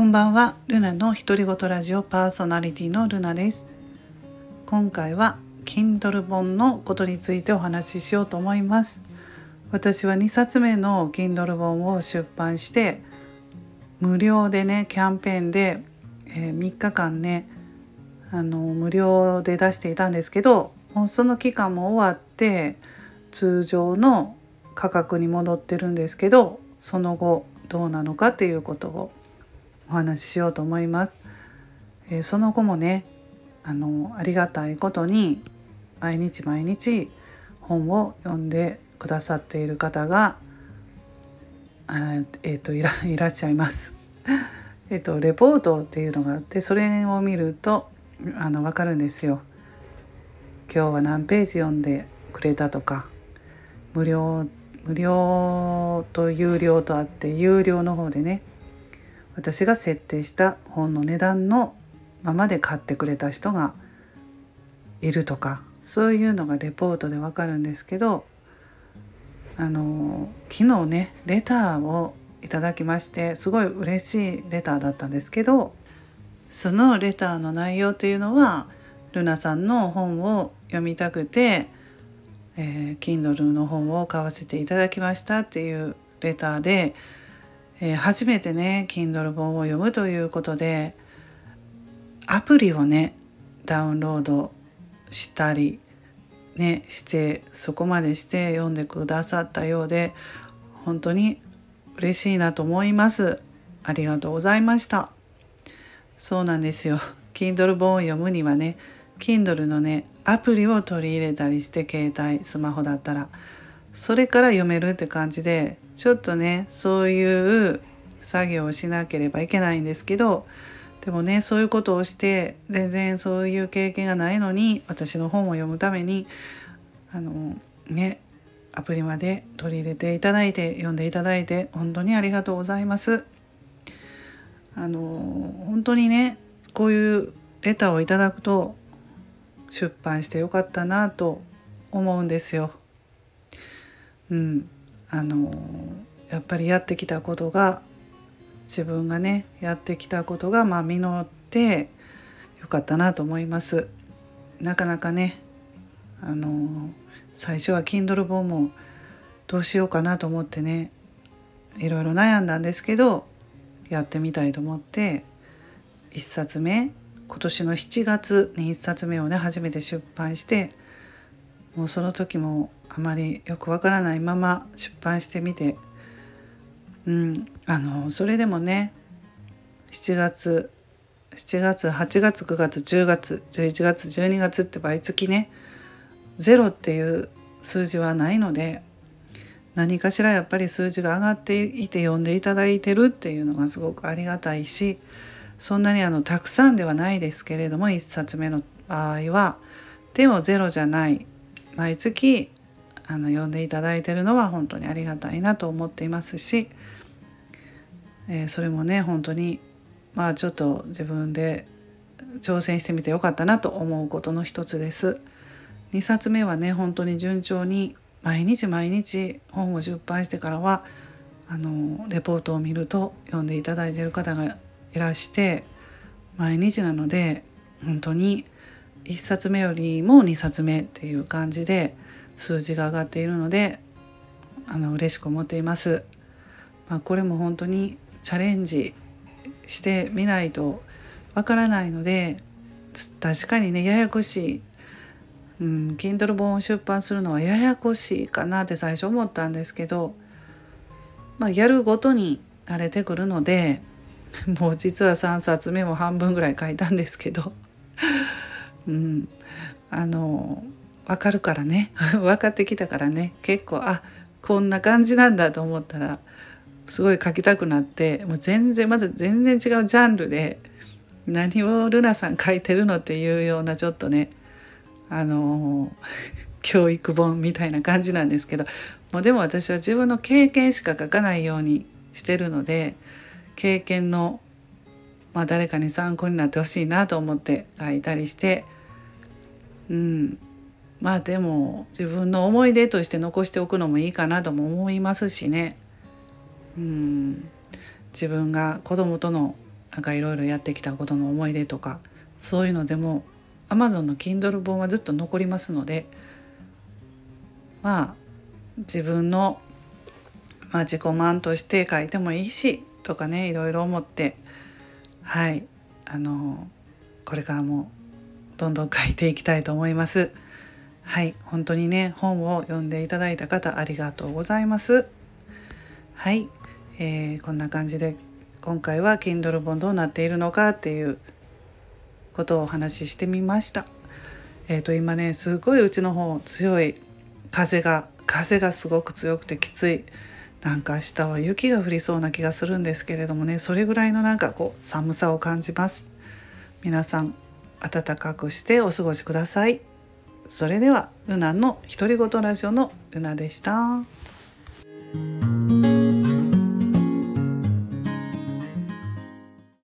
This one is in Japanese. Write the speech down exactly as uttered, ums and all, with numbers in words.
んばんは。ルナの独り言ラジオパーソナリティのルナです。今回は Kindle 本のことについてお話ししようと思います。私はにさつめの Kindle 本を出版して無料でねキャンペーンで、えー、みっかかんねあの無料で出していたんですけど、もうその期間も終わって通常の価格に戻ってるんですけど、その後どうなのかっていうことをお話ししようと思います。えー、その後もねあのありがたいことに毎日毎日本を読んでくださっている方があ、えー、といら、いらっしゃいます。えっとレポートっていうのがあって、それを見るとあの分かるんですよ。今日は何ページ読んでくれたとか、無料無料と有料とあって、有料の方でね私が設定した本の値段のままで買ってくれた人がいるとか、そういうのがレポートでわかるんですけど、あの昨日ねレターをいただきまして、すごい嬉しいレターだったんですけど、そのレターの内容というのはルナさんの本を読みたくて、えー、Kindle の本を買わせていただきましたっていうレターで、えー、初めてね Kindle 本を読むということでアプリをねダウンロードしたりねして、そこまでして読んでくださったようで本当に嬉しいなと思います。ありがとうございました。そうなんですよ。 Kindle 本を読むにはね Kindle のねアプリを取り入れたりして、携帯スマホだったらそれから読めるって感じで、ちょっとねそういう作業をしなければいけないんですけど、でもねそういうことをして全然そういう経験がないのに私の本を読むためにあのねアプリまで取り入れていただいて読んでいただいて本当にありがとうございます。あの本当にねこういうレターをいただくと出版してよかったなと思うんですよ。うん、あのやっぱりやってきたことが自分がねやってきたことがまあ実ってよかったなと思います。なかなかねあの最初は Kindle 本もどうしようかなと思ってねいろいろ悩んだんですけど、やってみたいと思っていっさつめ今年のしちがつにいっさつめをね初めて出版して、もうその時もあまりよくわからないまま出版してみて、うん、あのそれでもねしちがつしちがつはちがつくがつじゅうがつじゅういちがつじゅうにがつって毎月ねゼロっていう数字はないので、何かしらやっぱり数字が上がっていて読んでいただいてるっていうのがすごくありがたいし、そんなにあのたくさんではないですけれどもいっさつめの場合はでもゼロじゃない、毎月あの読んでいただいているのは本当にありがたいなと思っていますし、えー、それもね本当にまあちょっと自分で挑戦してみてよかったなと思うことの一つです。にさつめはね本当に順調に毎日毎日本を出版してからはあのレポートを見ると読んでいただいている方がいらして毎日なので、本当にいっさつめよりもにさつめっていう感じで数字が上がっているのであの嬉しく思っています。まあ、これも本当にチャレンジしてみないとわからないので、確かにねややこしい、うん、Kindle 本を出版するのはややこしいかなって最初思ったんですけど、まあ、やるごとに慣れてくるので、もう実はさんさつめも半分ぐらい書いたんですけど、うん、あの分かるからね分かってきたからね、結構あこんな感じなんだと思ったらすごい書きたくなって、もう全然まず全然違うジャンルで何をルナさん書いてるのっていうようなちょっとねあの教育本みたいな感じなんですけど、もうでも私は自分の経験しか書かないようにしてるので、経験の、まあ、誰かに参考になってほしいなと思って書いたりして、うん、まあでも自分の思い出として残しておくのもいいかなとも思いますしね、うん、自分が子供とのなんかいろいろやってきたことの思い出とか、そういうのでも Amazon の Kindle 本はずっと残りますので、まあ自分の、まあ、自己満として書いてもいいしとかね、いろいろ思って、はいあのこれからもどんどん書いていきたいと思います。はい、本当にね、本を読んでいただいた方ありがとうございます。はい、えー、こんな感じで今回は Kindle 本どうなっているのかっていうことをお話ししてみました。えーと今ね、すごいうちの方強い風が風がすごく強くてきつい、なんか明日は雪が降りそうな気がするんですけれどもね、それぐらいのなんかこう寒さを感じます。皆さん暖かくしてお過ごしください。それではルナの独り言ラジオのルナでした。